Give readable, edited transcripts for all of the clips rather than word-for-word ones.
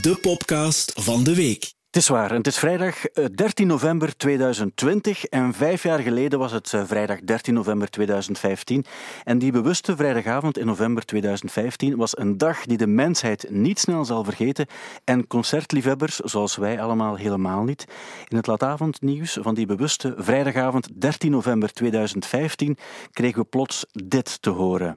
de podcast van de week. Het is waar, het is vrijdag 13 november 2020 en 5 jaar geleden was het vrijdag 13 november 2015. En die bewuste vrijdagavond in november 2015 was een dag die de mensheid niet snel zal vergeten en concertliefhebbers, zoals wij allemaal, helemaal niet. In het laatavondnieuws van die bewuste vrijdagavond 13 november 2015 kregen we plots dit te horen.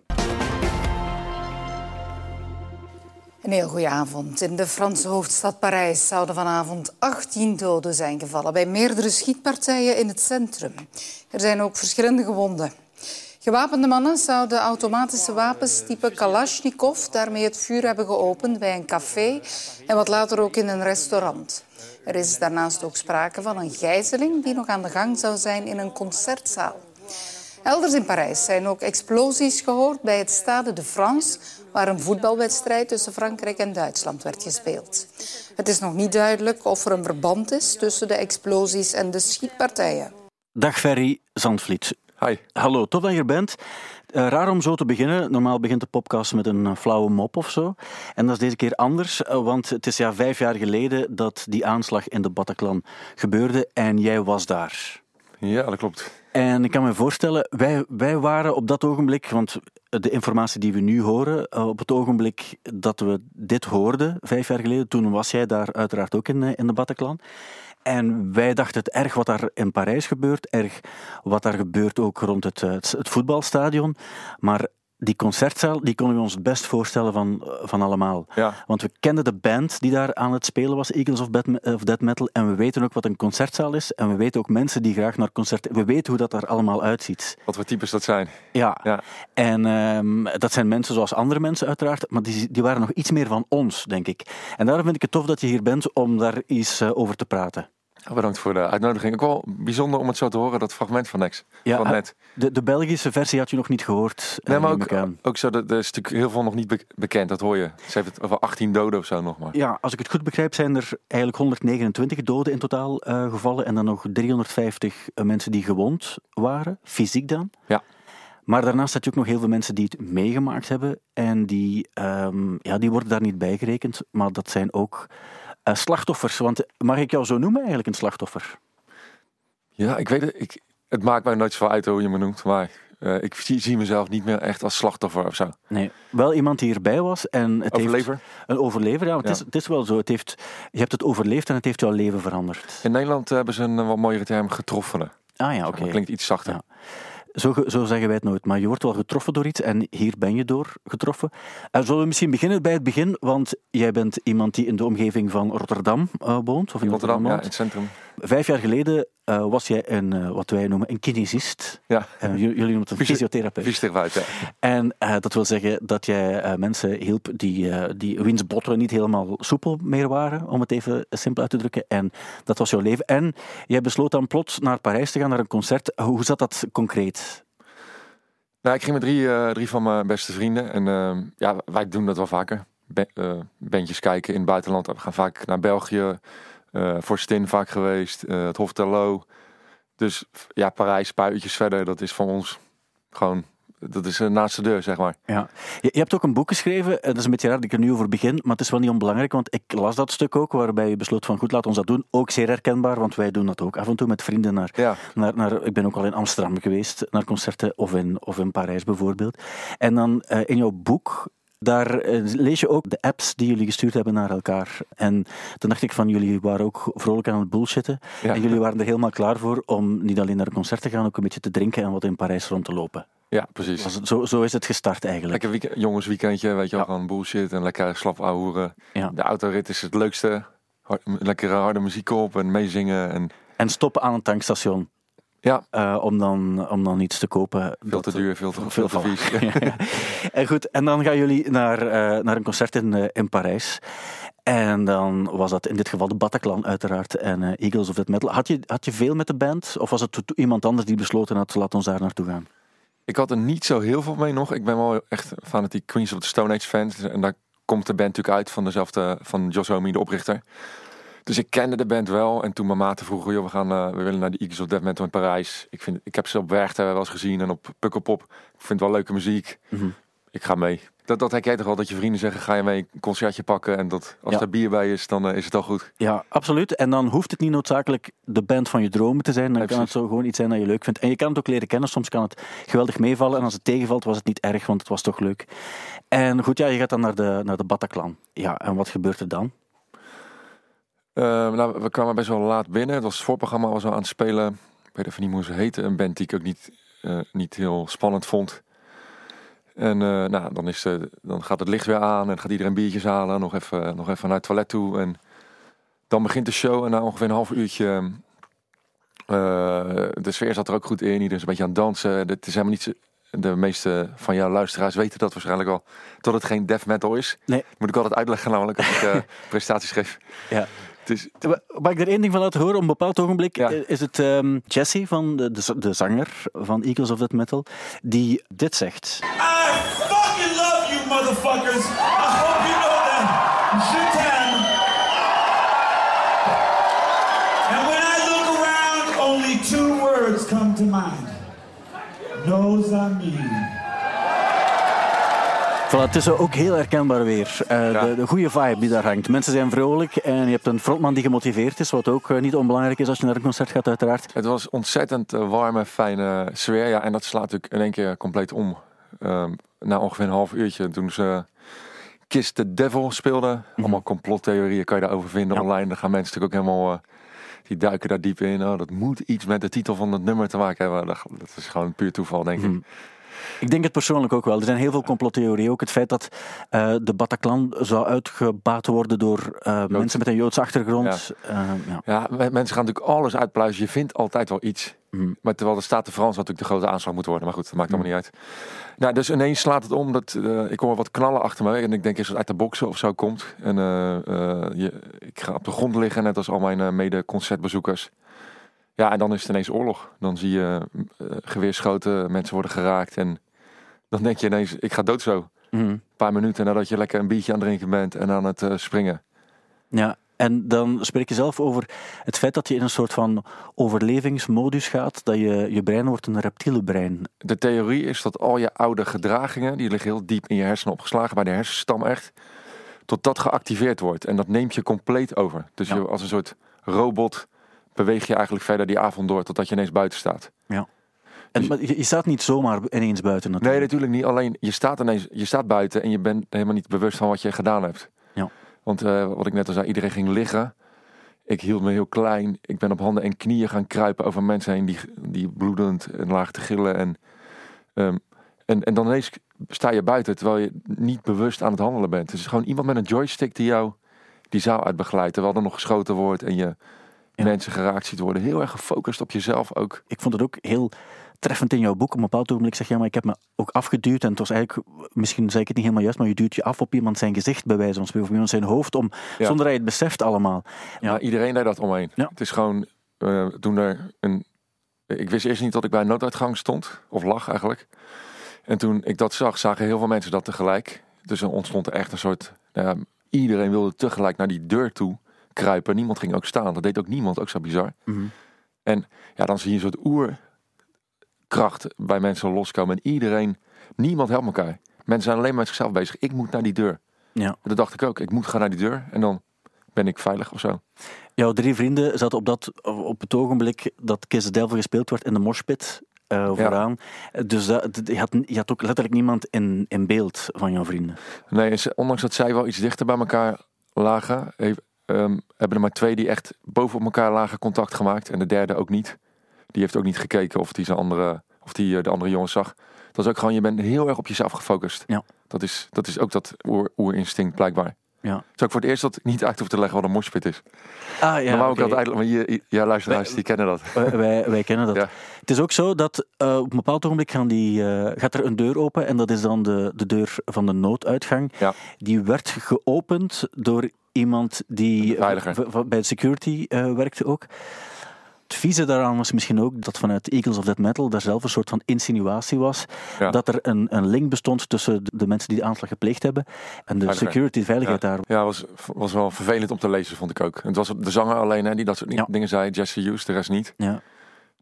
Een heel goede avond. In de Franse hoofdstad Parijs zouden vanavond 18 doden zijn gevallen bij meerdere schietpartijen in het centrum. Er zijn ook verschillende gewonden. Gewapende mannen zouden automatische wapens type Kalashnikov daarmee het vuur hebben geopend bij een café en wat later ook in een restaurant. Er is daarnaast ook sprake van een gijzeling die nog aan de gang zou zijn in een concertzaal. Elders in Parijs zijn ook explosies gehoord bij het Stade de France, waar een voetbalwedstrijd tussen Frankrijk en Duitsland werd gespeeld. Het is nog niet duidelijk of er een verband is tussen de explosies en de schietpartijen. Dag Ferry Zandvliet. Hi. Hallo, tof dat je er bent. Raar om zo te beginnen. Normaal begint de podcast met een flauwe mop of zo. En dat is deze keer anders, want het is 5 jaar geleden dat die aanslag in de Bataclan gebeurde en jij was daar. Ja, dat klopt. En ik kan me voorstellen, wij waren op dat ogenblik, want de informatie die we nu horen, op het ogenblik dat we dit hoorden, 5 jaar geleden, toen was jij daar uiteraard ook in de Bataclan. En wij dachten het erg wat daar in Parijs gebeurt, erg wat daar gebeurt ook rond het voetbalstadion. Maar die concertzaal, die konden we ons het best voorstellen van allemaal. Ja. Want we kenden de band die daar aan het spelen was, Eagles of Death Metal. En we weten ook wat een concertzaal is. En we weten ook mensen die graag naar concerten... We weten hoe dat er allemaal uitziet. Wat voor types dat zijn. Ja. En dat zijn mensen zoals andere mensen uiteraard. Maar die waren nog iets meer van ons, denk ik. En daarom vind ik het tof dat je hier bent om daar eens over te praten. Bedankt voor de uitnodiging. Ook wel bijzonder om het zo te horen, dat fragment van Nex. Ja, van net. De Belgische versie had je nog niet gehoord. Nee, maar ook zo, er is natuurlijk heel veel nog niet bekend, dat hoor je. Ze heeft het over 18 doden of zo nog maar. Ja, als ik het goed begrijp zijn er eigenlijk 129 doden in totaal gevallen en dan nog 350 mensen die gewond waren, fysiek dan. Ja. Maar daarnaast had je ook nog heel veel mensen die het meegemaakt hebben en die worden daar niet bij gerekend, maar dat zijn ook... slachtoffers, want mag ik jou zo noemen eigenlijk, een slachtoffer? Ja, ik weet het. Het maakt mij nooit zoveel uit hoe je me noemt, maar ik zie mezelf niet meer echt als slachtoffer of zo. Nee, wel iemand die erbij was. En het overlever? Heeft een overlever, ja. Het is wel zo. Je hebt het overleefd en het heeft jouw leven veranderd. In Nederland hebben ze een wat mooiere term, getroffenen. Ah ja, oké. Dat klinkt iets zachter. Ja. Zo zeggen wij het nooit, maar je wordt wel getroffen door iets en hier ben je door getroffen. Zullen we misschien beginnen bij het begin, want jij bent iemand die in de omgeving van Rotterdam woont. Of in Rotterdam, ja, in het centrum. 5 jaar geleden was jij wat wij noemen een kinesist. Ja. Jullie noemen het een fysiotherapeut. Fysiotherapeut, ja. En dat wil zeggen dat jij mensen hielp die wiens botten niet helemaal soepel meer waren, om het even simpel uit te drukken. En dat was jouw leven. En jij besloot dan plots naar Parijs te gaan, naar een concert. Hoe zat dat concreet? Nou, ik ging met drie van mijn beste vrienden. En wij doen dat wel vaker. Bandjes kijken in het buitenland. We gaan vaak naar België. Forstin vaak geweest. Het Hof Terlo. Dus ja, Parijs, een paar uurtjes verder. Dat is van ons gewoon... Dat is naast de deur, zeg maar. Ja. Je hebt ook een boek geschreven. Dat is een beetje raar dat ik er nu over begin. Maar het is wel niet onbelangrijk. Want ik las dat stuk ook. Waarbij je besloot van goed, laat ons dat doen. Ook zeer herkenbaar. Want wij doen dat ook af en toe met vrienden naar ik ben ook al in Amsterdam geweest. Naar concerten. Of in Parijs bijvoorbeeld. En dan in jouw boek... Daar lees je ook de apps die jullie gestuurd hebben naar elkaar. En toen dacht ik van, jullie waren ook vrolijk aan het bullshitten. Ja. En jullie waren er helemaal klaar voor om niet alleen naar een concert te gaan, ook een beetje te drinken en wat in Parijs rond te lopen. Ja, precies. Zo is het gestart eigenlijk. Lekker jongensweekendje, weet je wel, gewoon bullshit en lekker slap ouwehoeren. Ja. De autorit is het leukste. Lekkere harde muziek op en meezingen. En stoppen aan een tankstation. Ja. Om dan iets te kopen. Veel te duur, veel te vies. En goed, en dan gaan jullie naar een concert in Parijs. En dan was dat in dit geval de Bataclan uiteraard en Eagles of Death Metal. Had je veel met de band? Of was het iemand anders die besloten had, laat ons daar naartoe gaan? Ik had er niet zo heel veel mee nog. Ik ben wel echt fanatiek Queens of the Stone Age fan. En daar komt de band natuurlijk uit van Josh Homme, de oprichter. Dus ik kende de band wel. En toen mijn maten vroegen, joh, we willen naar de Eagles of Death Metal in Parijs. Ik heb ze op Werchter wel eens gezien en op Pukkelpop. Ik vind het wel leuke muziek. Mm-hmm. ik ga mee. Dat herken je toch wel, dat je vrienden zeggen, ga je mee een concertje pakken en dat als er bier bij is, dan is het al goed. Ja, absoluut. En dan hoeft het niet noodzakelijk de band van je dromen te zijn. Dan kan het zo gewoon iets zijn dat je leuk vindt. En je kan het ook leren kennen. Soms kan het geweldig meevallen. En als het tegenvalt, was het niet erg, want het was toch leuk. En goed, je gaat dan naar de Bataclan. Ja, en wat gebeurt er dan? We kwamen best wel laat binnen. Het was het voorprogramma, was al aan het spelen. Ik weet even niet hoe ze heette. Een band die ik ook niet heel spannend vond. En dan gaat het licht weer aan en gaat iedereen biertjes halen. Nog even naar het toilet toe. En dan begint de show en na ongeveer een half uurtje... de sfeer zat er ook goed in. Iedereen is een beetje aan het dansen. Het is helemaal niet... De meeste van jouw luisteraars weten dat waarschijnlijk al. Dat het geen death metal is. Nee. Moet ik altijd uitleggen namelijk als ik presentaties geef. Ja. Mag ik er één ding van laten horen? Op een bepaald ogenblik is het Jesse, van de zanger van Eagles of Death Metal, die dit zegt. I fucking love you, motherfuckers. I hope you know that. Shit. And when I look around, only 2 words come to mind. Knows I mean. Voilà, het is ook heel herkenbaar weer. De goede vibe die daar hangt. Mensen zijn vrolijk en je hebt een frontman die gemotiveerd is, wat ook niet onbelangrijk is als je naar een concert gaat, uiteraard. Het was ontzettend warme, fijne sfeer. Ja, en dat slaat natuurlijk in één keer compleet om. Na ongeveer een half uurtje, toen ze Kiss the Devil speelden. Allemaal complottheorieën kan je daarover vinden online. Dan gaan mensen natuurlijk ook helemaal... die duiken daar diep in. Dat moet iets met de titel van het nummer te maken hebben. Dat is gewoon puur toeval, denk ik. Ik denk het persoonlijk ook wel. Er zijn heel veel complottheorieën. Ook het feit dat de Bataclan zou uitgebaat worden door mensen met een Joodse achtergrond. Mensen gaan natuurlijk alles uitpluizen. Je vindt altijd wel iets. Maar terwijl de Staten-Frans natuurlijk de grote aanslag moet worden. Maar goed, dat maakt allemaal niet uit. Nou, dus ineens slaat het om. Ik hoor wat knallen achter me. En ik denk eens dat het uit de boksen of zo komt. En ik ga op de grond liggen, net als al mijn mede-concertbezoekers. Ja, en dan is het ineens oorlog. Dan zie je geweerschoten, mensen worden geraakt. En dan denk je ineens, ik ga dood zo. Een paar minuten nadat je lekker een biertje aan het drinken bent en aan het springen. Ja, en dan spreek je zelf over het feit dat je in een soort van overlevingsmodus gaat. Dat je brein wordt een reptiele brein. De theorie is dat al je oude gedragingen, die liggen heel diep in je hersenen opgeslagen, bij de hersenstam echt, tot dat geactiveerd wordt. En dat neemt je compleet over. Dus je als een soort robot beweeg je eigenlijk verder die avond door totdat je ineens buiten staat. Ja. Maar je staat niet zomaar ineens buiten natuurlijk. Nee, natuurlijk niet. Alleen je staat buiten en je bent helemaal niet bewust van wat je gedaan hebt. Ja. Want wat ik net al zei, iedereen ging liggen. Ik hield me heel klein. Ik ben op handen en knieën gaan kruipen over mensen heen die bloedend en laag te gillen. En dan ineens sta je buiten terwijl je niet bewust aan het handelen bent. Het is gewoon iemand met een joystick die jou die zaal uitbegeleidt. Terwijl er nog geschoten wordt en je mensen geraakt ziet worden. Heel erg gefocust op jezelf ook. Ik vond het ook heel treffend in jouw boek. Op een bepaald ogenblik zeg je, maar ik heb me ook afgeduwd. En het was eigenlijk, misschien zei ik het niet helemaal juist, maar je duwt je af op iemand zijn gezicht bij wijze van spreken. Of iemand zijn hoofd, zonder dat je het beseft allemaal. Ja, iedereen deed dat omheen. Ja. Het is gewoon, toen er ik wist eerst niet dat ik bij een nooduitgang stond. Of lag eigenlijk. En toen ik dat zag, zagen heel veel mensen dat tegelijk. Dus er ontstond er echt een soort, iedereen wilde tegelijk naar die deur toe kruipen. Niemand ging ook staan. Dat deed ook niemand. Ook zo bizar. En dan zie je een soort oerkracht bij mensen loskomen. En niemand helpt elkaar. Mensen zijn alleen maar met zichzelf bezig. Ik moet naar die deur. Ja. Dat dacht ik ook. Ik moet gaan naar die deur. En dan ben ik veilig of zo. Jouw 3 vrienden zaten op het ogenblik dat Kiss the Devil gespeeld werd in de moshpit vooraan. Ja. Dus je had ook letterlijk niemand in beeld van jouw vrienden. Nee, ondanks dat zij wel iets dichter bij elkaar lagen, hebben er maar 2 die echt boven op elkaar lagen contact gemaakt. En de derde ook niet. Die heeft ook niet gekeken of die de andere jongens zag. Dat is ook gewoon, je bent heel erg op jezelf gefocust. Ja. Dat is ook dat oerinstinct blijkbaar. Ja. Het is ook voor het eerst dat ik niet uit hoef te leggen wat een moshpit is. Normaal ook altijd, maar luisteraars die kennen dat. Wij kennen dat. Ja. Het is ook zo dat op een bepaald ogenblik gaat er een deur open en dat is dan de deur van de nooduitgang. Ja. Die werd geopend door iemand die bij de security werkte ook. Het vieze daaraan was misschien ook dat vanuit Eagles of Death Metal daar zelf een soort van insinuatie was. Ja. Dat er een link bestond tussen de mensen die de aanslag gepleegd hebben en de security, de veiligheid daar. Ja, was wel vervelend om te lezen, vond ik ook. Het was de zanger alleen die dat soort dingen zei, Jesse Hughes, de rest niet. Ja.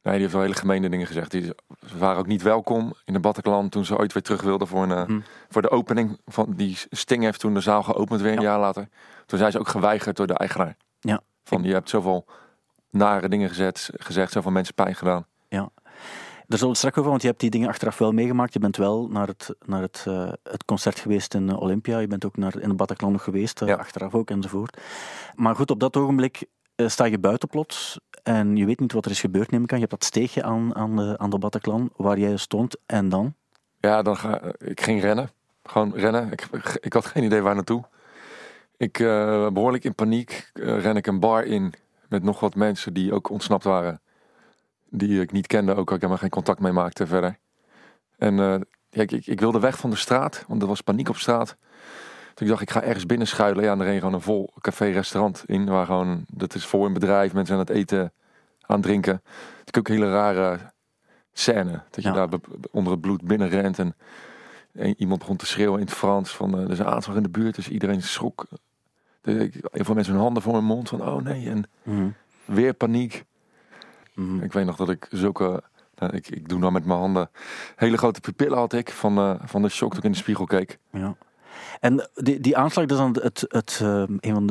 Nee, die heeft wel hele gemene dingen gezegd. Ze waren ook niet welkom in de Bataclan toen ze ooit weer terug wilden voor de opening. Die Sting heeft toen de zaal geopend weer een jaar later. Toen zijn ze ook geweigerd door de eigenaar. Ja. Je hebt zoveel nare dingen gezegd, zoveel mensen pijn gedaan. Ja. Daar zullen we het straks over, want je hebt die dingen achteraf wel meegemaakt. Je bent wel naar het concert geweest in Olympia. Je bent ook in de Bataclan nog geweest, achteraf ook enzovoort. Maar goed, op dat ogenblik sta je buiten plots en je weet niet wat er is gebeurd, neem ik aan. Je hebt dat steegje aan de Bataclan waar jij stond en dan? Ja, ik ging rennen. Gewoon rennen. Ik had geen idee waar naartoe. Ik behoorlijk in paniek ren ik een bar in met nog wat mensen die ook ontsnapt waren. Die ik niet kende, ook helemaal geen contact mee maakte verder. En ik wilde weg van de straat, want er was paniek op straat. Dus ik dacht, ik ga ergens binnen schuilen. Ja, en er reed gewoon een vol café-restaurant in. Waar dat is vol in bedrijf, mensen aan het eten, aan het drinken. Het is ook een hele rare scène. Dat je daar onder het bloed binnen rent. En iemand begon te schreeuwen in het Frans van er is een aanslag in de buurt. Dus iedereen schrok. Heel veel mensen hun handen voor hun mond van oh nee. En weer paniek. Ik weet nog dat ik zulke... Ik doe nou met mijn handen... Hele grote pupillen had ik van de shock dat ik in de spiegel keek. Ja. En die aanslag, dat is dan een van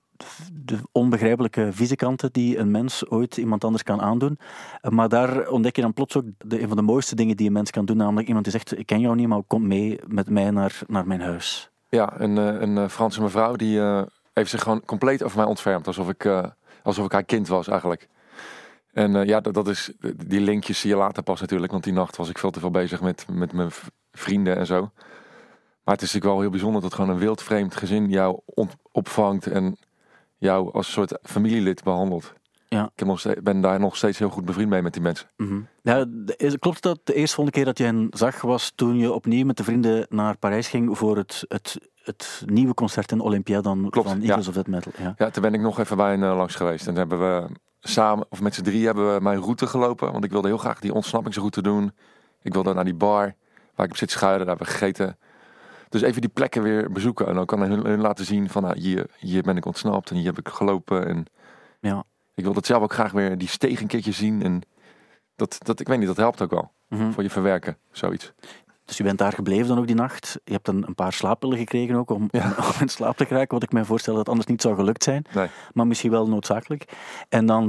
de onbegrijpelijke vieze kanten die een mens ooit iemand anders kan aandoen. Maar daar ontdek je dan plots ook een van de mooiste dingen die een mens kan doen. Namelijk iemand die zegt, ik ken jou niet, maar kom mee met mij naar mijn huis. Ja, een Franse mevrouw die heeft zich gewoon compleet over mij ontfermd. Alsof ik haar kind was eigenlijk. En dat is, die linkjes zie je later pas natuurlijk. Want die nacht was ik veel te veel bezig met mijn vrienden en zo. Maar het is natuurlijk wel heel bijzonder dat gewoon een wildvreemd gezin jou opvangt. En jou als een soort familielid behandelt. Ja. Ik ben daar nog steeds heel goed bevriend mee met die mensen. Mm-hmm. Ja, klopt dat de eerstvolgende keer dat je hen zag was toen je opnieuw met de vrienden naar Parijs ging voor het nieuwe concert in Olympia dan van Eagles of Death Metal? Ja, toen ben ik nog even bij hen langs geweest. En toen hebben we samen, of met z'n drie, hebben we mijn route gelopen. Want ik wilde heel graag die ontsnappingsroute doen. Ik wilde naar die bar waar ik op zit schuilen, daar hebben we gegeten. Dus even die plekken weer bezoeken. En dan kan hun laten zien van hier ben ik ontsnapt en hier heb ik gelopen. En ja. Ik wil dat zelf ook graag weer die steeg een keertje zien. En dat ik weet niet, dat helpt ook wel. Voor je verwerken, zoiets. Dus je bent daar gebleven dan ook die nacht. Je hebt een paar slaappillen gekregen ook om in slaap te krijgen. Wat ik mij voorstel dat anders niet zou gelukt zijn. Nee. Maar misschien wel noodzakelijk. En dan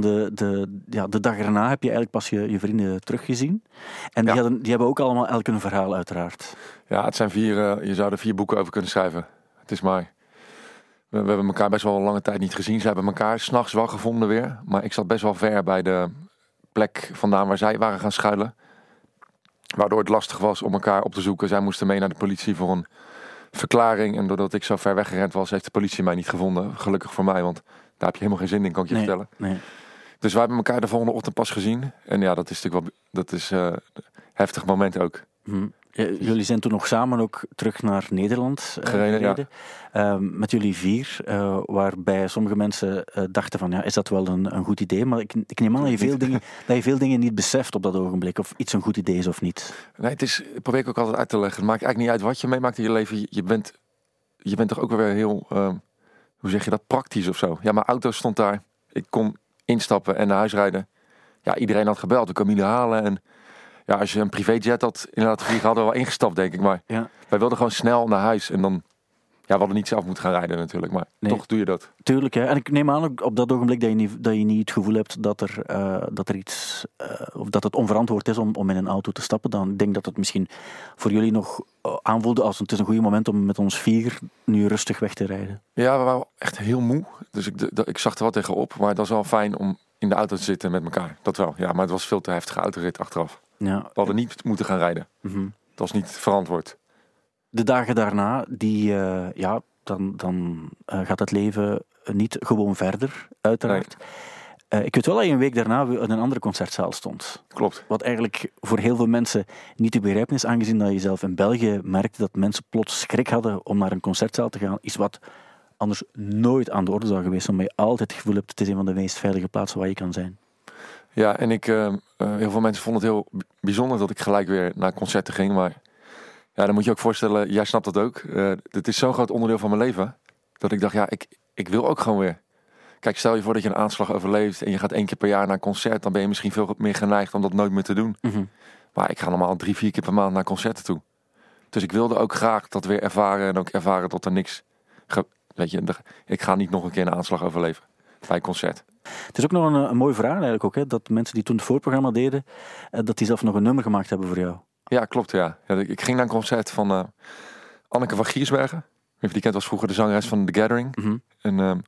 de dag erna heb je eigenlijk pas je vrienden teruggezien. En die hebben ook allemaal elk een verhaal uiteraard. Ja, het zijn je zou er 4 boeken over kunnen schrijven. Het is maar... We hebben elkaar best wel een lange tijd niet gezien. Ze hebben elkaar 's nachts wel gevonden weer. Maar ik zat best wel ver bij de plek vandaan waar zij waren gaan schuilen. Waardoor het lastig was om elkaar op te zoeken. Zij moesten mee naar de politie voor een verklaring. En doordat ik zo ver weggerend was, heeft de politie mij niet gevonden. Gelukkig voor mij, want daar heb je helemaal geen zin in, kan ik je vertellen. Nee. Dus wij hebben elkaar de volgende ochtend pas gezien. En ja, dat is natuurlijk wel een heftig moment ook. Jullie zijn toen nog samen ook terug naar Nederland gereden. Ja. Met jullie 4, waarbij sommige mensen dachten van, is dat wel een goed idee? Maar ik neem aan dat je veel dingen niet beseft op dat ogenblik, of iets een goed idee is of niet. Nee, probeer ik ook altijd uit te leggen. Het maakt eigenlijk niet uit wat je meemaakt in je leven. Je bent toch ook weer heel, hoe zeg je dat, praktisch of zo. Ja, mijn auto stond daar. Ik kon instappen en naar huis rijden. Ja, iedereen had gebeld. We komen jullie halen en... Ja, als je een privéjet had inderdaad vliegen, hadden we wel ingestapt, denk ik. Maar wij wilden gewoon snel naar huis. En dan, we hadden niet zelf moeten gaan rijden natuurlijk. Maar toch doe je dat. Tuurlijk, hè. En ik neem aan ook op dat ogenblik dat je niet het gevoel hebt dat er iets... of dat het onverantwoord is om in een auto te stappen. Dan denk ik dat het misschien voor jullie nog aanvoelde als het is een goed moment om met ons 4 nu rustig weg te rijden. Ja, we waren echt heel moe. Dus ik zag er wel tegenop. Maar het was wel fijn om in de auto te zitten met elkaar. Dat wel, ja. Maar het was veel te heftige autorit achteraf. Ja. We hadden niet moeten gaan rijden. Mm-hmm. Dat was niet verantwoord. De dagen daarna, dan gaat het leven niet gewoon verder, uiteraard. Nee. Ik weet wel dat je een week daarna in een andere concertzaal stond. Klopt. Wat eigenlijk voor heel veel mensen niet te begrijpen is, aangezien dat je zelf in België merkte dat mensen plots schrik hadden om naar een concertzaal te gaan. Iets wat anders nooit aan de orde zou geweest zijn, omdat je altijd het gevoel hebt, het is een van de meest veilige plaatsen waar je kan zijn. Ja, en heel veel mensen vonden het heel bijzonder dat ik gelijk weer naar concerten ging. Maar ja, dan moet je ook voorstellen, jij snapt dat ook. Het is zo'n groot onderdeel van mijn leven. Dat ik dacht, ik wil ook gewoon weer. Kijk, stel je voor dat je een aanslag overleeft en je gaat 1 keer per jaar naar een concert, dan ben je misschien veel meer geneigd om dat nooit meer te doen. Mm-hmm. Maar ik ga normaal 3-4 keer per maand naar concerten toe. Dus ik wilde ook graag dat weer ervaren en ook ervaren tot er niks... Weet je, ik ga niet nog een keer een aanslag overleven bij een concert. Het is ook nog een mooi verhaal eigenlijk ook, hè? Dat mensen die toen het voorprogramma deden, dat die zelf nog een nummer gemaakt hebben voor jou. Ja, klopt, ja. Ik ging naar een concert van Anneke van Giersbergen. Die kent was vroeger de zangeres van The Gathering. Mm-hmm. En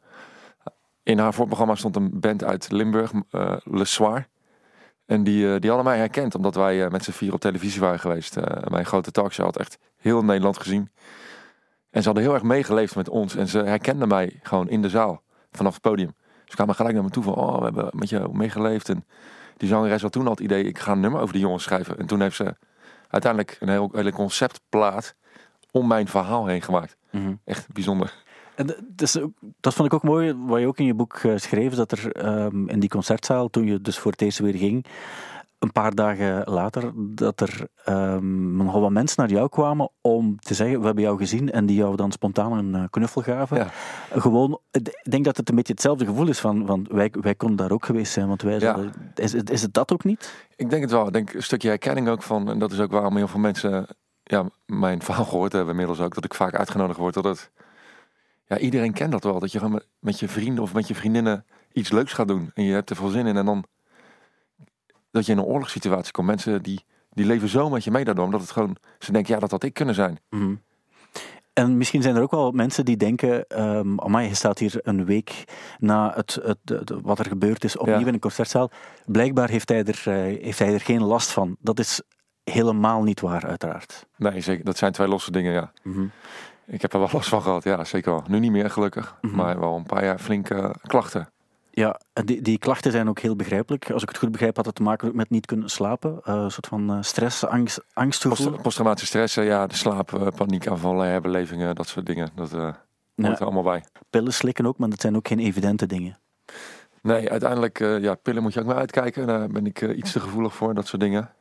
in haar voorprogramma stond een band uit Limburg, Le Soir. En die hadden mij herkend, omdat wij met z'n 4 op televisie waren geweest. Mijn grote talkshow had echt heel Nederland gezien. En ze hadden heel erg meegeleefd met ons. En ze herkenden mij gewoon in de zaal, vanaf het podium. Ze kwamen gelijk naar me toe van, we hebben met je meegeleefd. En die zangeres had toen al het idee, ik ga een nummer over die jongens schrijven. En toen heeft ze uiteindelijk een hele conceptplaat om mijn verhaal heen gemaakt. Mm-hmm. Echt bijzonder. En dat vond ik ook mooi, wat je ook in je boek schreef, dat er in die concertzaal, toen je dus voor het eerst weer ging, een paar dagen later, dat er nogal wat mensen naar jou kwamen om te zeggen, we hebben jou gezien, en die jou dan spontaan een knuffel gaven. Ja. Gewoon, ik denk dat het een beetje hetzelfde gevoel is van wij konden daar ook geweest zijn, want wij zouden, is het dat ook niet? Ik denk het wel. Ik denk een stukje herkenning ook van, en dat is ook waarom heel veel mensen mijn verhaal gehoord hebben inmiddels ook, dat ik vaak uitgenodigd word, dat het... Ja, iedereen kent dat wel. Dat je gewoon met je vrienden of met je vriendinnen iets leuks gaat doen. En je hebt er veel zin in. En dan dat je in een oorlogssituatie komt. Mensen die leven zo met je mee daardoor. Omdat het gewoon, ze denken, ja, dat had ik kunnen zijn. Mm-hmm. En misschien zijn er ook wel mensen die denken, amai, je staat hier een week na wat er gebeurd is opnieuw in een concertzaal. Blijkbaar heeft hij er geen last van. Dat is helemaal niet waar, uiteraard. Nee, zeker. Dat zijn 2 losse dingen, ja. Mm-hmm. Ik heb er wel last van gehad, ja, zeker wel. Nu niet meer, gelukkig. Mm-hmm. Maar wel een paar jaar flinke klachten. Ja, die klachten zijn ook heel begrijpelijk. Als ik het goed begrijp, had het te maken met niet kunnen slapen. Een soort van stress, angstgevoel. Posttraumatische stress, ja, de slaap, paniekaanvallen, herbelevingen, dat soort dingen. Dat hoort er allemaal bij. Pillen slikken ook, maar dat zijn ook geen evidente dingen. Nee, uiteindelijk, pillen moet je ook maar uitkijken. Daar ben ik iets te gevoelig voor, dat soort dingen.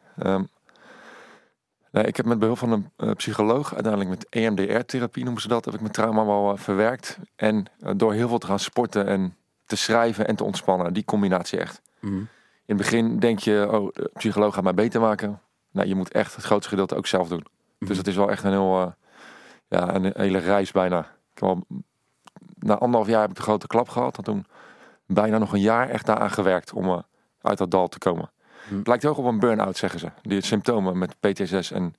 Nee, ik heb met behulp van een psycholoog, uiteindelijk met EMDR-therapie noemen ze dat, heb ik mijn trauma wel verwerkt. En door heel veel te gaan sporten en te schrijven en te ontspannen, die combinatie echt. Mm-hmm. In het begin denk je, de psycholoog gaat mij beter maken. Nou, je moet echt het grootste gedeelte ook zelf doen. Mm-hmm. Dus het is wel echt een hele reis bijna. Na 1,5 jaar heb ik de grote klap gehad. En toen bijna nog een jaar echt daaraan gewerkt om uit dat dal te komen. Het lijkt heel erg op een burn-out, zeggen ze. Die symptomen met PTSS en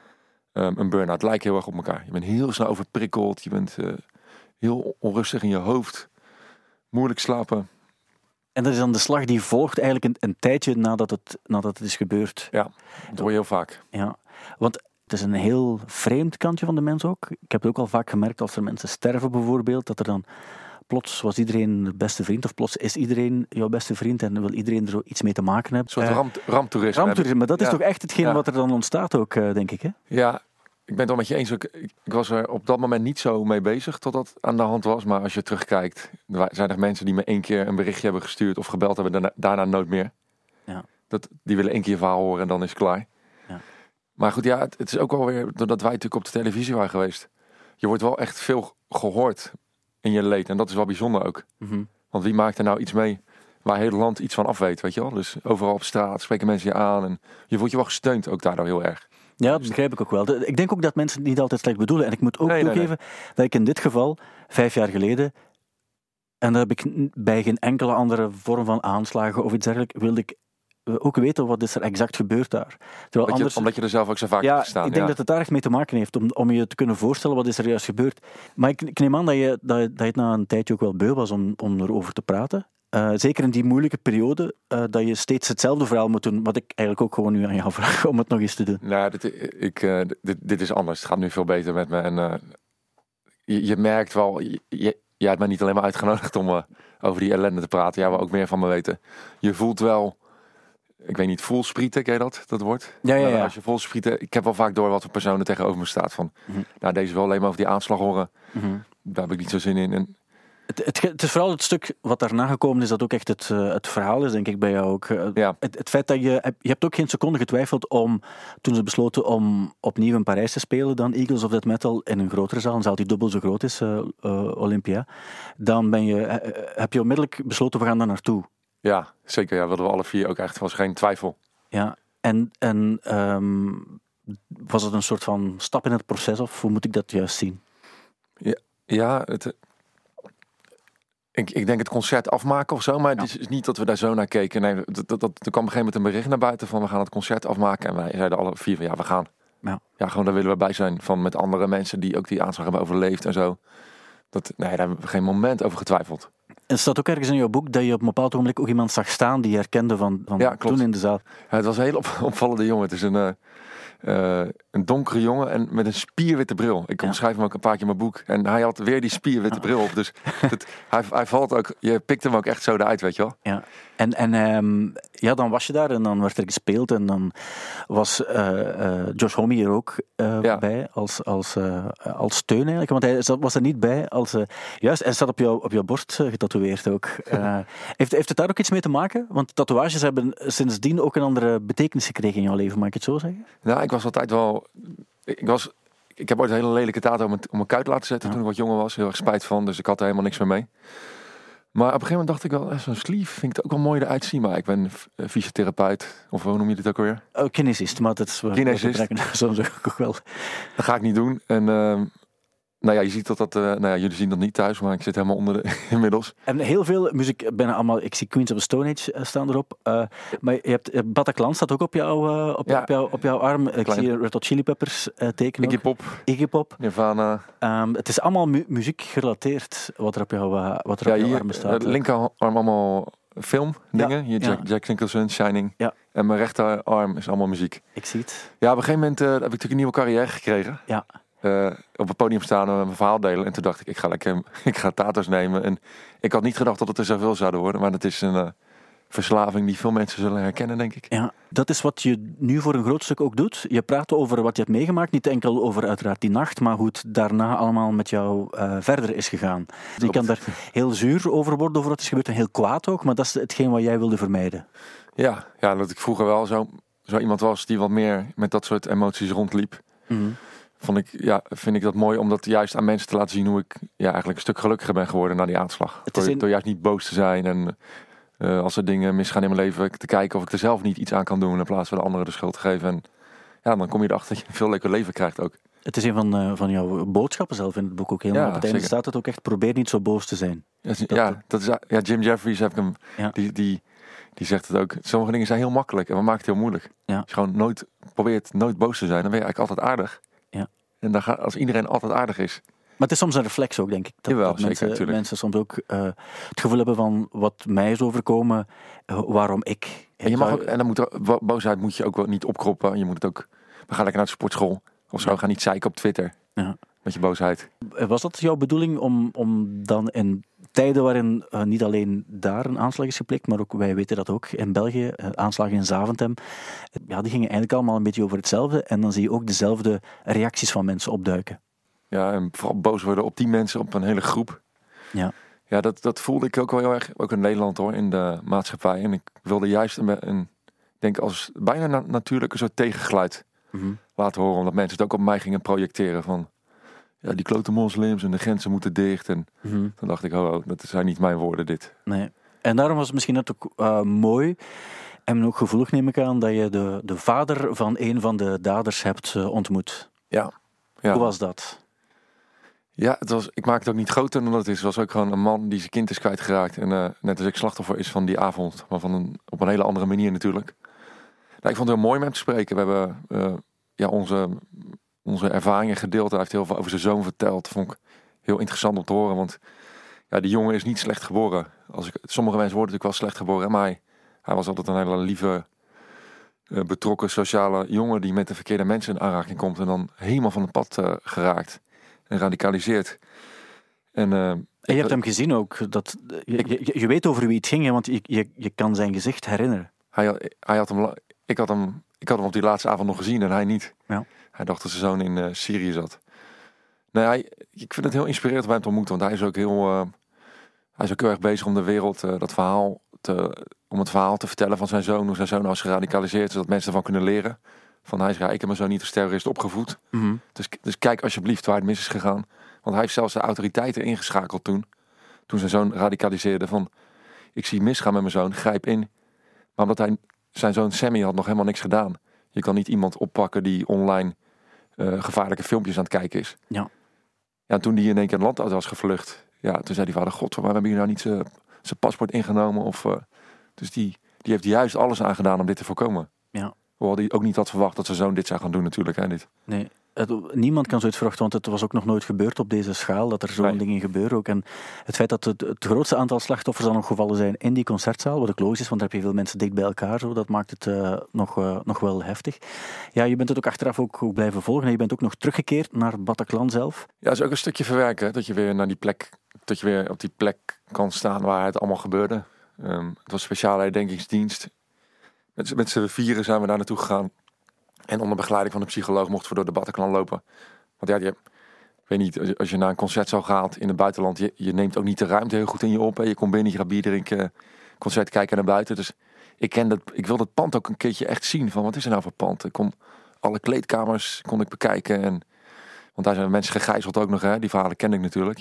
een burn-out lijken heel erg op elkaar. Je bent heel snel overprikkeld. Je bent heel onrustig in je hoofd. Moeilijk slapen. En dat is dan de slag die volgt eigenlijk een tijdje nadat het is gebeurd. Ja, dat hoor je heel vaak. Ja, want het is een heel vreemd kantje van de mens ook. Ik heb het ook al vaak gemerkt als er mensen sterven bijvoorbeeld, dat er dan... Plots was iedereen de beste vriend, of plots is iedereen jouw beste vriend en wil iedereen er iets mee te maken hebben. Een soort ramptoerisme. Ramptoerisme, dat is toch echt hetgeen wat er dan ontstaat ook, denk ik, hè? Ja, ik ben het wel met je eens. Ik was er op dat moment niet zo mee bezig tot dat aan de hand was. Maar als je terugkijkt, zijn er mensen die me 1 keer een berichtje hebben gestuurd of gebeld hebben, daarna nooit meer. Ja. Die willen 1 keer je verhaal horen en dan is het klaar. Ja. Maar goed, ja, het is ook wel weer, doordat wij natuurlijk op de televisie waren geweest. Je wordt wel echt veel gehoord in je leed. En dat is wel bijzonder ook. Mm-hmm. Want wie maakt er nou iets mee waar heel land iets van af weet, weet je wel? Dus overal op straat spreken mensen je aan. En je voelt je wel gesteund ook daardoor heel erg. Ja, dat begrijp ik ook wel. Ik denk ook dat mensen het niet altijd slecht bedoelen. En ik moet ook toegeven dat ik in dit geval, 5 jaar geleden, en daar heb ik bij geen enkele andere vorm van aanslagen of iets dergelijks, wilde ik ook weten wat is er exact gebeurd daar. Omdat je er zelf ook zo vaak hebt gestaan. Ik denk dat het daar echt mee te maken heeft, om je te kunnen voorstellen wat is er juist gebeurd. Maar ik neem aan dat je het na een tijdje ook wel beu was om erover te praten. Zeker in die moeilijke periode, dat je steeds hetzelfde verhaal moet doen, wat ik eigenlijk ook gewoon nu aan jou vraag om het nog eens te doen. Nou, dit is anders. Het gaat nu veel beter met me. En je merkt wel, jij hebt mij niet alleen maar uitgenodigd om over die ellende te praten. Jij wil ook meer van me weten. Je voelt wel, ik weet niet, voelsprieten, ken je dat woord? Ja. Als je voelsprieten, ik heb wel vaak door wat voor personen tegenover me staat. Van, nou, deze wil alleen maar over die aanslag horen. Mm-hmm. Daar heb ik niet zo zin in. En Het is vooral het stuk wat daarna gekomen is, dat ook echt het verhaal is, denk ik, bij jou ook. Het feit dat je hebt ook geen seconde getwijfeld om, toen ze besloten om opnieuw in Parijs te spelen, dan Eagles of Death Metal in een grotere zaal, een zaal die dubbel zo groot is, Olympia, dan heb je onmiddellijk besloten, we gaan daar naartoe. Ja, zeker. Ja, wilden we alle 4 ook echt, was geen twijfel. Ja, en was het een soort van stap in het proces, of hoe moet ik dat juist zien? Ja, ik denk het concert afmaken of zo, maar het is niet dat we daar zo naar keken. Nee, er kwam op een gegeven moment een bericht naar buiten van we gaan het concert afmaken. En wij zeiden alle 4 van we gaan. Ja, gewoon daar willen we bij zijn. Van met andere mensen die ook die aanslag hebben overleefd en zo. Daar hebben we geen moment over getwijfeld. En staat ook ergens in jouw boek dat je op een bepaald ogenblik ook iemand zag staan die je herkende van toen in de zaal? Ja, het was een heel opvallende jongen. Het is een donkere jongen en met een spierwitte bril. Ik omschrijf hem ook een paar keer in mijn boek. En hij had weer die spierwitte bril op. Dus hij valt ook, je pikt hem ook echt zo eruit, weet je wel. Ja. En dan was je daar en dan werd er gespeeld. En dan was Josh Homme hier ook bij als steun eigenlijk. Want hij was er niet bij. Juist, hij staat op jouw borst getatoeëerd ook. Heeft het daar ook iets mee te maken? Want tatoeages hebben sindsdien ook een andere betekenis gekregen in jouw leven. Mag ik het zo zeggen? Nou, ik was altijd wel... Ik heb ooit een hele lelijke tato om mijn kuit laten zetten toen ik wat jonger was. Heel erg spijt van, dus ik had er helemaal niks meer mee. Maar op een gegeven moment dacht ik wel, zo'n sleeve vind ik ook wel mooi eruit zien. Maar ik ben fysiotherapeut, of hoe noem je dit ook weer? Kinesist, maar dat is... Kinesist. Zo zeg ik ook wel. Dat ga ik niet doen. En je ziet jullie zien dat niet thuis, maar ik zit helemaal onder inmiddels. En heel veel muziek, bijna allemaal, ik zie Queens of the Stone Age staan erop. Maar je hebt Bataclan staat ook op jouw arm. Ik zie Red Hot Chili Peppers tekenen. Iggy Pop. Nirvana. Het is allemaal muziek gerelateerd wat er op jouw arm staat. De linkerarm allemaal filmdingen. Jack Nicholson, Shining. Ja. En mijn rechterarm is allemaal muziek. Ik zie het. Ja, op een gegeven moment heb ik natuurlijk een nieuwe carrière gekregen. Ja. Op het podium staan en mijn verhaal delen. En toen dacht ik ga tato's nemen. En ik had niet gedacht dat het er zoveel zouden worden. Maar het is een verslaving die veel mensen zullen herkennen, denk ik. Ja, dat is wat je nu voor een groot stuk ook doet. Je praat over wat je hebt meegemaakt. Niet enkel over uiteraard die nacht, maar hoe het daarna allemaal met jou verder is gegaan. Je kan daar heel zuur over worden over wat is gebeurd. En heel kwaad ook. Maar dat is hetgeen wat jij wilde vermijden. Ja, dat ik vroeger wel zo iemand was die wat meer met dat soort emoties rondliep. Mm-hmm. Vind ik dat mooi om dat juist aan mensen te laten zien hoe ik eigenlijk een stuk gelukkiger ben geworden na die aanslag. Door juist niet boos te zijn en als er dingen misgaan in mijn leven te kijken of ik er zelf niet iets aan kan doen in plaats van de anderen de schuld te geven. En dan kom je erachter dat je een veel leuker leven krijgt ook. Het is een van jouw boodschappen zelf in het boek ook helemaal. Op het einde staat het ook echt, probeer niet zo boos te zijn. Jim Jeffries heb ik hem, die zegt het ook. Sommige dingen zijn heel makkelijk en we maken het heel moeilijk. Ja. Als je gewoon probeert nooit boos te zijn, dan ben je eigenlijk altijd aardig. Ja. En dan als iedereen altijd aardig is. Maar het is soms een reflex ook, denk ik. Dat mensen soms ook het gevoel hebben van wat mij is overkomen, waarom ik. Boosheid moet je ook wel niet opkroppen. Je moet het ook. We gaan lekker naar de sportschool of zo. Ga niet zeiken op Twitter. Ja. Met je boosheid. Was dat jouw bedoeling om dan in tijden waarin niet alleen daar een aanslag is gepleegd, maar ook, wij weten dat ook in België, aanslagen in Zaventem, die gingen eigenlijk allemaal een beetje over hetzelfde en dan zie je ook dezelfde reacties van mensen opduiken. Ja, en vooral boos worden op die mensen, op een hele groep. Ja, dat voelde ik ook wel heel erg, ook in Nederland hoor, in de maatschappij. En ik wilde juist denk als bijna natuurlijk een soort tegengeluid laten horen, omdat mensen het ook op mij gingen projecteren van die klote moslims en de grenzen moeten dicht. En dan dacht ik, dat zijn niet mijn woorden dit. Nee. En daarom was het misschien net ook mooi en ook gevoelig, neem ik aan, dat je de vader van een van de daders hebt ontmoet. Ja. Hoe was dat? Ja, ik maak het ook niet groter dan dat het is. Het was ook gewoon een man die zijn kind is kwijtgeraakt. En net als ik slachtoffer is van die avond. Maar op een hele andere manier natuurlijk. Ik vond het heel mooi met hem te spreken. We hebben onze ervaringen gedeeld. Hij heeft heel veel over zijn zoon verteld. Dat vond ik heel interessant om te horen. Want die jongen is niet slecht geboren. Sommige mensen worden natuurlijk wel slecht geboren. Maar hij was altijd een hele lieve, betrokken sociale jongen die met de verkeerde mensen in aanraking komt. En dan helemaal van het pad geraakt. En radicaliseert. En je hebt hem gezien ook. Je weet over wie het ging, hè, want je kan zijn gezicht herinneren. Ik had hem op die laatste avond nog gezien en hij niet. Ja. Hij dacht dat zijn zoon in Syrië zat. Ik vind het heel inspirerend bij hem te ontmoeten, want hij is ook heel Hij is ook heel erg bezig om de wereld om het verhaal te vertellen van zijn zoon. Hoe zijn zoon is geradicaliseerd, zodat mensen ervan kunnen leren. Van ik heb mijn zoon niet als terrorist opgevoed. Mm-hmm. Dus kijk alsjeblieft waar het mis is gegaan. Want hij heeft zelfs de autoriteiten ingeschakeld toen zijn zoon radicaliseerde van... Ik zie misgaan met mijn zoon, grijp in. Maar omdat zijn zoon Sammy had nog helemaal niks gedaan. Je kan niet iemand oppakken die online gevaarlijke filmpjes aan het kijken is. Ja. Ja, toen die in één keer een land uit was gevlucht. Ja, toen zei die vader, god, waarom hebben jullie nou niet zijn paspoort ingenomen? Dus die heeft juist alles aan gedaan om dit te voorkomen. Ja. Hoewel hij ook niet had verwacht dat zijn zoon dit zou gaan doen natuurlijk. Hè, dit. Nee. Niemand kan zoiets verwachten, want het was ook nog nooit gebeurd op deze schaal, dat er zo'n dingen gebeuren ook. En het feit dat het grootste aantal slachtoffers dan nog gevallen zijn in die concertzaal, wat ook logisch is, want daar heb je veel mensen dicht bij elkaar, zo, dat maakt het nog wel heftig. Ja, je bent het ook achteraf ook blijven volgen en je bent ook nog teruggekeerd naar Bataclan zelf. Ja, dat is ook een stukje verwerken, dat je weer naar die plek, dat je weer op die plek kan staan waar het allemaal gebeurde. Het was een speciale herdenkingsdienst. Met z'n vieren zijn we daar naartoe gegaan. En onder begeleiding van de psycholoog mochten we door de Bataclan lopen. Want ja, ik weet niet, als je naar een concertzaal gaat in het buitenland, je neemt ook niet de ruimte heel goed in je op. Hè. Je komt binnen, je gaat bier drinken, concert kijken naar buiten. Dus ik wilde het pand ook een keertje echt zien. Van wat is er nou voor pand? Ik kon alle kleedkamers bekijken. Want daar zijn mensen gegijzeld ook nog. Hè. Die verhalen ken ik natuurlijk.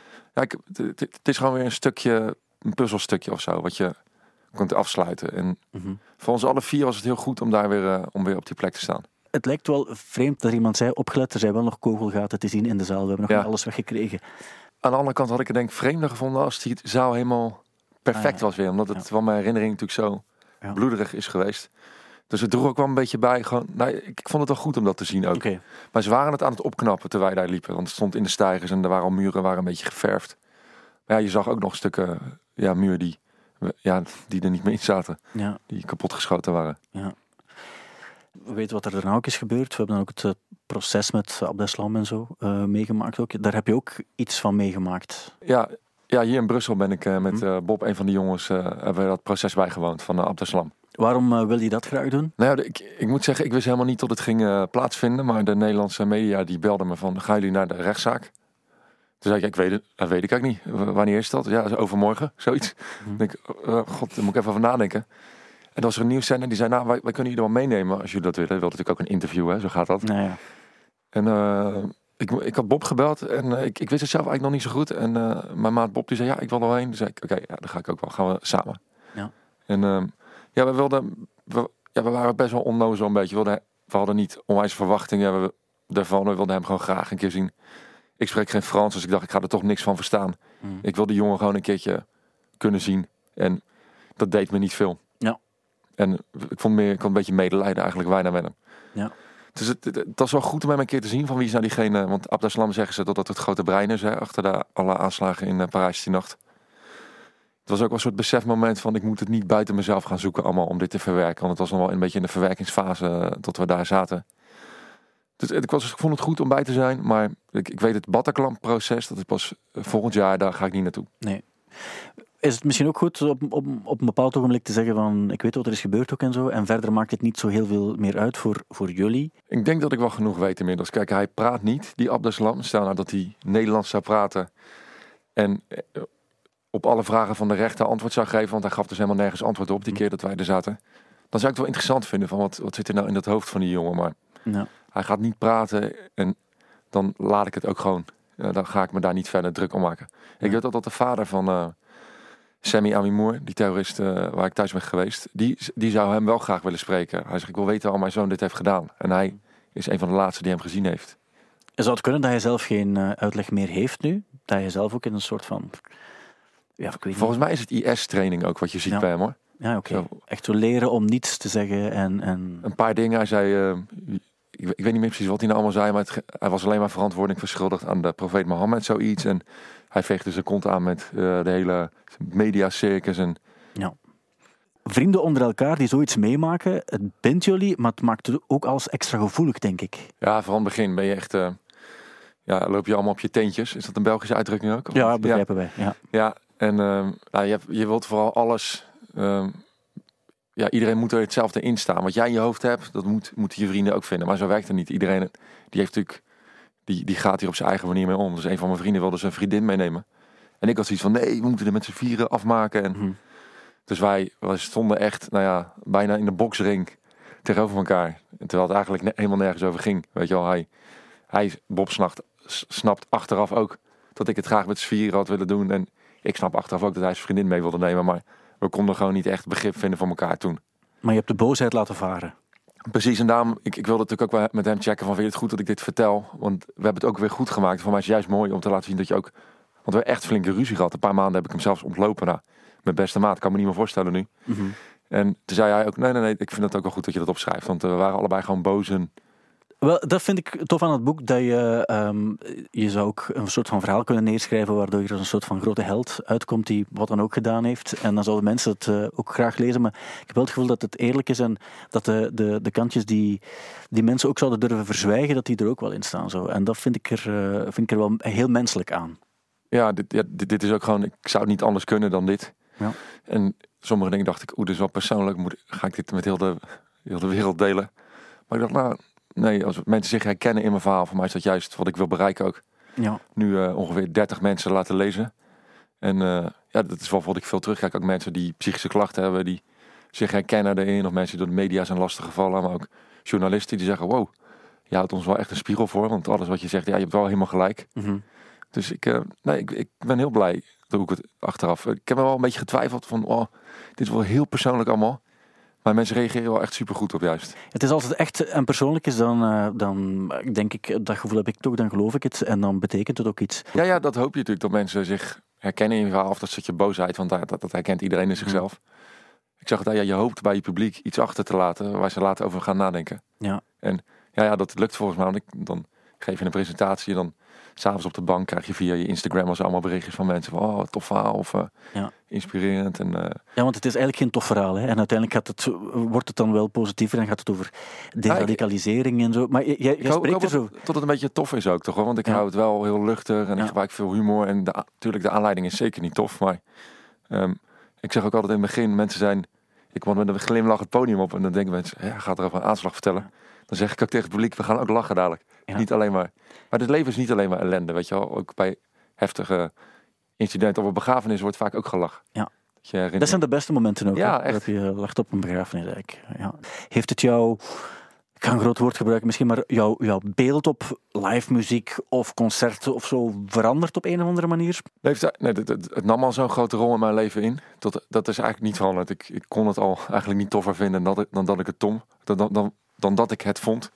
Het is gewoon weer een puzzelstukje of zo, wat je kunt afsluiten. En voor ons alle vier was het heel goed om daar weer op die plek te staan. Het lijkt wel vreemd dat iemand zei, opgelet, er zijn wel nog kogelgaten te zien in de zaal. We hebben nog niet alles weggekregen. Aan de andere kant had ik het denk ik vreemder gevonden als die zaal helemaal perfect was weer. Omdat het van mijn herinnering natuurlijk zo bloederig is geweest. Dus het droeg ook wel een beetje bij. Ik vond het wel goed om dat te zien ook. Okay. Maar ze waren het aan het opknappen terwijl wij daar liepen. Want het stond in de steigers en er waren al muren waren een beetje geverfd. Maar ja, je zag ook nog stukken muur die er niet meer in zaten. Ja. Die kapotgeschoten waren. Ja. We weten wat er daarna ook is gebeurd. We hebben dan ook het proces met Abdeslam en zo meegemaakt ook. Daar heb je ook iets van meegemaakt. Ja, hier in Brussel ben ik met Bob, een van die jongens, hebben we dat proces bijgewoond van Abdeslam. Waarom wil je dat graag doen? Nou, ik moet zeggen, ik wist helemaal niet dat het ging plaatsvinden. Maar de Nederlandse media die belden me van, gaan jullie naar de rechtszaak? Toen zei ik, dat weet ik eigenlijk niet. Wanneer is dat? Ja, overmorgen, zoiets. Ik denk, god, daar moet ik even over nadenken. En dan was er een nieuwszender die zei, nou, wij kunnen jullie wel meenemen als jullie dat willen. Ik wilde natuurlijk ook een interview, hè, zo gaat dat. Nou ja. En ik had Bob gebeld en ik wist het zelf eigenlijk nog niet zo goed. En mijn maat Bob die zei, ja, ik wil er wel heen. Toen zei ik, oké, dan ga ik ook wel. Gaan we samen. Ja. En we waren best wel onnozel een beetje. We hadden niet onwijs verwachtingen daarvan. We wilden hem gewoon graag een keer zien. Ik spreek geen Frans, dus ik dacht, ik ga er toch niks van verstaan. Ik wil die jongen gewoon een keertje kunnen zien. En dat deed me niet veel. Ja. En ik had een beetje medelijden eigenlijk bijna met hem. Ja. Dus het was wel goed om hem een keer te zien van wie is nou diegene. Want Abdeslam zeggen ze dat het grote brein is, hè, achter alle aanslagen in Parijs die nacht. Het was ook wel een soort besefmoment van ik moet het niet buiten mezelf gaan zoeken allemaal om dit te verwerken. Want het was nog wel een beetje in de verwerkingsfase tot we daar zaten. Dus ik vond het goed om bij te zijn, maar ik weet het Bataclan-proces, dat is pas volgend jaar, daar ga ik niet naartoe. Nee. Is het misschien ook goed op een bepaald ogenblik te zeggen van ik weet wat er is gebeurd ook en zo, en verder maakt het niet zo heel veel meer uit voor jullie? Ik denk dat ik wel genoeg weet inmiddels. Kijk, hij praat niet, die Abdeslam. Stel nou dat hij Nederlands zou praten en op alle vragen van de rechter antwoord zou geven, want hij gaf dus helemaal nergens antwoord op die keer dat wij er zaten. Dan zou ik het wel interessant vinden van wat zit er nou in dat hoofd van die jongen, maar hij gaat niet praten en dan laat ik het ook gewoon. Dan ga ik me daar niet verder druk om maken. Ja. Ik weet dat de vader van Sammy Amimour, die terrorist waar ik thuis ben geweest, die zou hem wel graag willen spreken. Hij zegt, ik wil weten waarom mijn zoon dit heeft gedaan. En hij is een van de laatste die hem gezien heeft. Zou het kunnen dat hij zelf geen uitleg meer heeft nu? Dat hij zelf ook in een soort van... Ja, ik weet Volgens mij is het IS-training ook wat je ziet bij hem, hoor. Ja, oké. Echt zo leren om niets te zeggen en... Een paar dingen. Hij zei... ik weet niet meer precies wat hij nou allemaal zei, maar hij was alleen maar verantwoording verschuldigd aan de profeet Mohammed, zoiets. En hij veegde zijn kont aan met de hele mediacircus. Ja. Vrienden onder elkaar die zoiets meemaken, het bindt jullie, maar het maakt het ook alles extra gevoelig, denk ik. Ja, vooral in het begin ben je echt... loop je allemaal op je teentjes. Is dat een Belgische uitdrukking ook? Ja, begrijpen wij. Ja, en je wilt vooral alles... iedereen moet er hetzelfde in staan. Wat jij in je hoofd hebt, dat moeten je vrienden ook vinden. Maar zo werkt het niet. Iedereen die heeft natuurlijk, die gaat hier op zijn eigen manier mee om. Dus een van mijn vrienden wilde zijn vriendin meenemen. En ik had zoiets van, nee, we moeten er met z'n vieren afmaken. En dus wij stonden echt, bijna in de boksring tegenover elkaar. Terwijl het eigenlijk helemaal nergens over ging. Weet je wel, Bob snapt achteraf ook dat ik het graag met z'n vieren had willen doen. En ik snap achteraf ook dat hij zijn vriendin mee wilde nemen. Maar we konden gewoon niet echt begrip vinden voor elkaar toen. Maar je hebt de boosheid laten varen. Precies, en daarom, ik wilde natuurlijk ook met hem checken van, vind je het goed dat ik dit vertel? Want we hebben het ook weer goed gemaakt. Voor mij is het juist mooi om te laten zien dat je ook... Want we hebben echt flinke ruzie gehad. Een paar maanden heb ik hem zelfs ontlopen. Mijn beste maat, kan me niet meer voorstellen nu. Mm-hmm. En toen zei hij ook, nee, ik vind het ook wel goed dat je dat opschrijft. Want we waren allebei gewoon boos en... Wel, dat vind ik tof aan het boek, dat je zou ook een soort van verhaal kunnen neerschrijven waardoor je er een soort van grote held uitkomt die wat dan ook gedaan heeft. En dan zouden mensen het ook graag lezen, maar ik heb wel het gevoel dat het eerlijk is en dat de kantjes die mensen ook zouden durven verzwijgen, dat die er ook wel in staan. Zo. En dat vind ik er wel heel menselijk aan. Ja, dit is ook gewoon, ik zou het niet anders kunnen dan dit. Ja. En sommige dingen dacht ik, dit is wel persoonlijk, ga ik dit met heel de wereld delen? Maar ik dacht, nee, als mensen zich herkennen in mijn verhaal, voor mij is dat juist wat ik wil bereiken ook. Ja. Nu ongeveer 30 mensen laten lezen. En dat is wel wat ik veel terugkijk. Ook mensen die psychische klachten hebben, die zich herkennen erin. Of mensen die door de media zijn lastiggevallen. Maar ook journalisten die zeggen, wow, je houdt ons wel echt een spiegel voor. Want alles wat je zegt, je hebt wel helemaal gelijk. Mm-hmm. Dus ik ben heel blij dat ik het achteraf... Ik heb me wel een beetje getwijfeld van, dit is wel heel persoonlijk allemaal. Maar mensen reageren wel echt supergoed op juist. Het is als het echt en persoonlijk is, dan denk ik, dat gevoel heb ik toch, dan geloof ik het. En dan betekent het ook iets. Ja, dat hoop je natuurlijk, dat mensen zich herkennen in je verhaal. Of dat stukje boosheid, want dat herkent iedereen in zichzelf. Ik zag het, je hoopt bij je publiek iets achter te laten waar ze later over gaan nadenken. Ja. En dat lukt volgens mij. Want dan geef je een presentatie en dan... 's avonds op de bank krijg je via je Instagram allemaal berichtjes van mensen van tof verhaal of inspirerend. Ja, want het is eigenlijk geen tof verhaal. Hè? En uiteindelijk wordt het dan wel positiever en gaat het over deradicalisering en zo. Maar jij spreekt er zo... Tot het een beetje tof is ook toch? Hoor? Want ik hou het wel heel luchtig en ik gebruik veel humor. En natuurlijk de aanleiding is zeker niet tof. Maar ik zeg ook altijd in het begin, mensen zijn... Ik kwam met een glimlach het podium op en dan denken mensen, gaat er over een aanslag vertellen. Dan zeg ik ook tegen het publiek, we gaan ook lachen dadelijk. Ja. Niet alleen maar... Maar het leven is niet alleen maar ellende, weet je wel. Ook bij heftige incidenten of een begrafenis wordt vaak ook gelachen. Ja. Dat zijn de beste momenten ook. Ja, echt. Dat je lacht op een begrafenis eigenlijk. Ja. Heeft het jou, ik ga een groot woord gebruiken misschien, maar jouw beeld op live muziek of concerten of zo veranderd op een of andere manier? Nee, het nam al zo'n grote rol in mijn leven in. Dat is eigenlijk niet veranderd. Ik kon het al eigenlijk niet toffer vinden dan dat ik het dan dat ik het vond.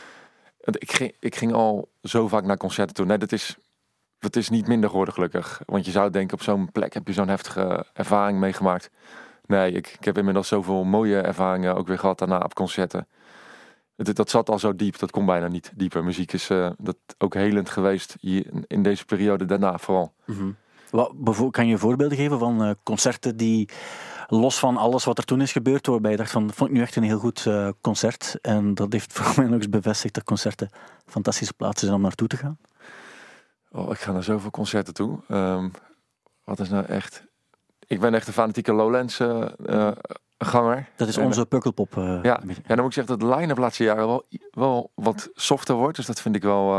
Ik ging al zo vaak naar concerten toe. Nee, dat is niet minder geworden gelukkig. Want je zou denken, op zo'n plek heb je zo'n heftige ervaring meegemaakt. Nee, ik heb inmiddels zoveel mooie ervaringen ook weer gehad daarna op concerten. Dat zat al zo diep, dat kon bijna niet dieper. Muziek is dat ook helend geweest hier in deze periode daarna vooral. Mm-hmm. Kan je voorbeelden geven van concerten die... los van alles wat er toen is gebeurd, waarbij je dacht van, vond ik nu echt een heel goed concert. En dat heeft voor mij nog eens bevestigd dat concerten fantastische plaatsen zijn om naartoe te gaan. Ik ga naar zoveel concerten toe. Wat is nou echt... Ik ben echt een fanatieke Lowlands ganger. Dat is onze Pukkelpop. Ja, dan moet ik zeggen dat de line-up de laatste jaren wel wat softer wordt. Dus dat vind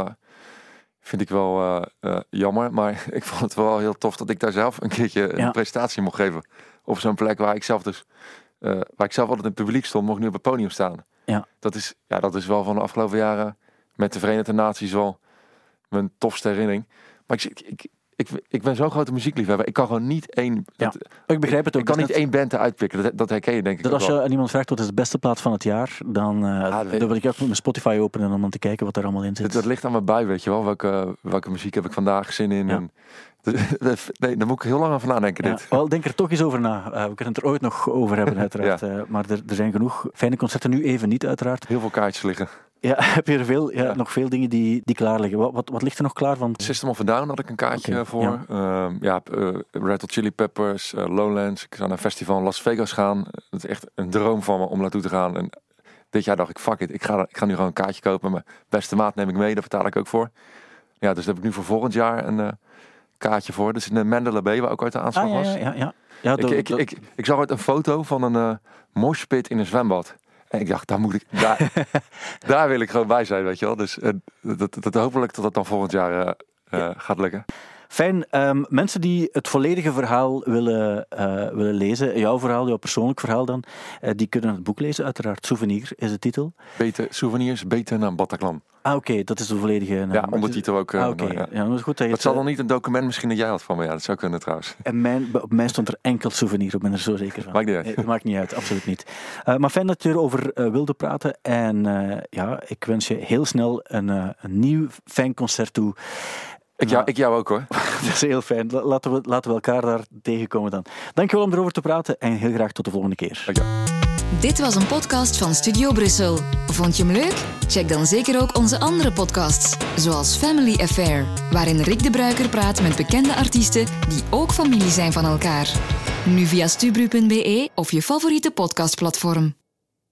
ik wel jammer. Maar ik vond het wel heel tof dat ik daar zelf een keertje een presentatie mocht geven. Op zo'n plek waar ik zelf altijd in het publiek stond, mocht ik nu op het podium staan. Ja. Dat is wel van de afgelopen jaren met de Verenigde Naties wel mijn tofste herinnering. Maar ik ben zo'n grote muziekliefhebber. Ik kan gewoon niet één... ik begrijp het ook. Ik kan niet één band uitpikken. Dat herken je denk ik. Dat als je aan iemand vraagt wat is de beste plaat van het jaar, dan wil ik ook mijn Spotify openen om dan te kijken wat er allemaal in zit. Dat ligt aan me bij, weet je wel. Welke muziek heb ik vandaag zin in? Ja. Nee, daar moet ik heel lang over nadenken. Dit. Wel, denk er toch eens over na. We kunnen het er ooit nog over hebben, uiteraard. Maar er zijn genoeg fijne concerten, nu even niet, uiteraard. Heel veel kaartjes liggen. Ja, heb je er veel? Nog veel dingen die klaar liggen. Wat ligt er nog klaar van? System of a Down had ik een kaartje voor. Red Hot Chili Peppers, Lowlands. Ik zou naar een festival in Las Vegas gaan. Dat is echt een droom van me om naartoe te gaan. En dit jaar dacht ik, fuck it. Ik ga nu gewoon een kaartje kopen. Mijn beste maat neem ik mee, daar betaal ik ook voor. Ja, dus daar heb ik nu voor volgend jaar een kaartje voor. Dus in de Mandela Bay, waar ook uit de aanslag was. Ja, ik zag ooit een foto van een moshpit in een zwembad. En ik dacht, daar wil ik gewoon bij zijn, weet je wel. Dus dat hopelijk dat het dan volgend jaar gaat lukken. Fijn. Mensen die het volledige verhaal willen lezen, jouw verhaal, jouw persoonlijk verhaal dan, die kunnen het boek lezen, uiteraard. Souvenir is de titel. Souvenirs beter naar Bataclan. Oké, dat is de volledige... Ja, ondertitel ook. Ja, dat is goed. Dat zal dan niet een document misschien dat jij had van me. Ja, dat zou kunnen trouwens. En op mij stond er enkel Souvenir, ik ben er zo zeker van. Maakt niet uit. Nee, maakt niet uit, absoluut niet. Maar fijn dat je erover wilde praten. En ik wens je heel snel een nieuw fijn concert toe. Ik jou ook hoor. Dat is heel fijn. Laten we elkaar daar tegenkomen dan. Dankjewel om erover te praten en heel graag tot de volgende keer. Dankjewel. Dit was een podcast van Studio Brussel. Vond je hem leuk? Check dan zeker ook onze andere podcasts, zoals Family Affair, waarin Rick de Bruiker praat met bekende artiesten die ook familie zijn van elkaar. Nu via stubru.be of je favoriete podcastplatform.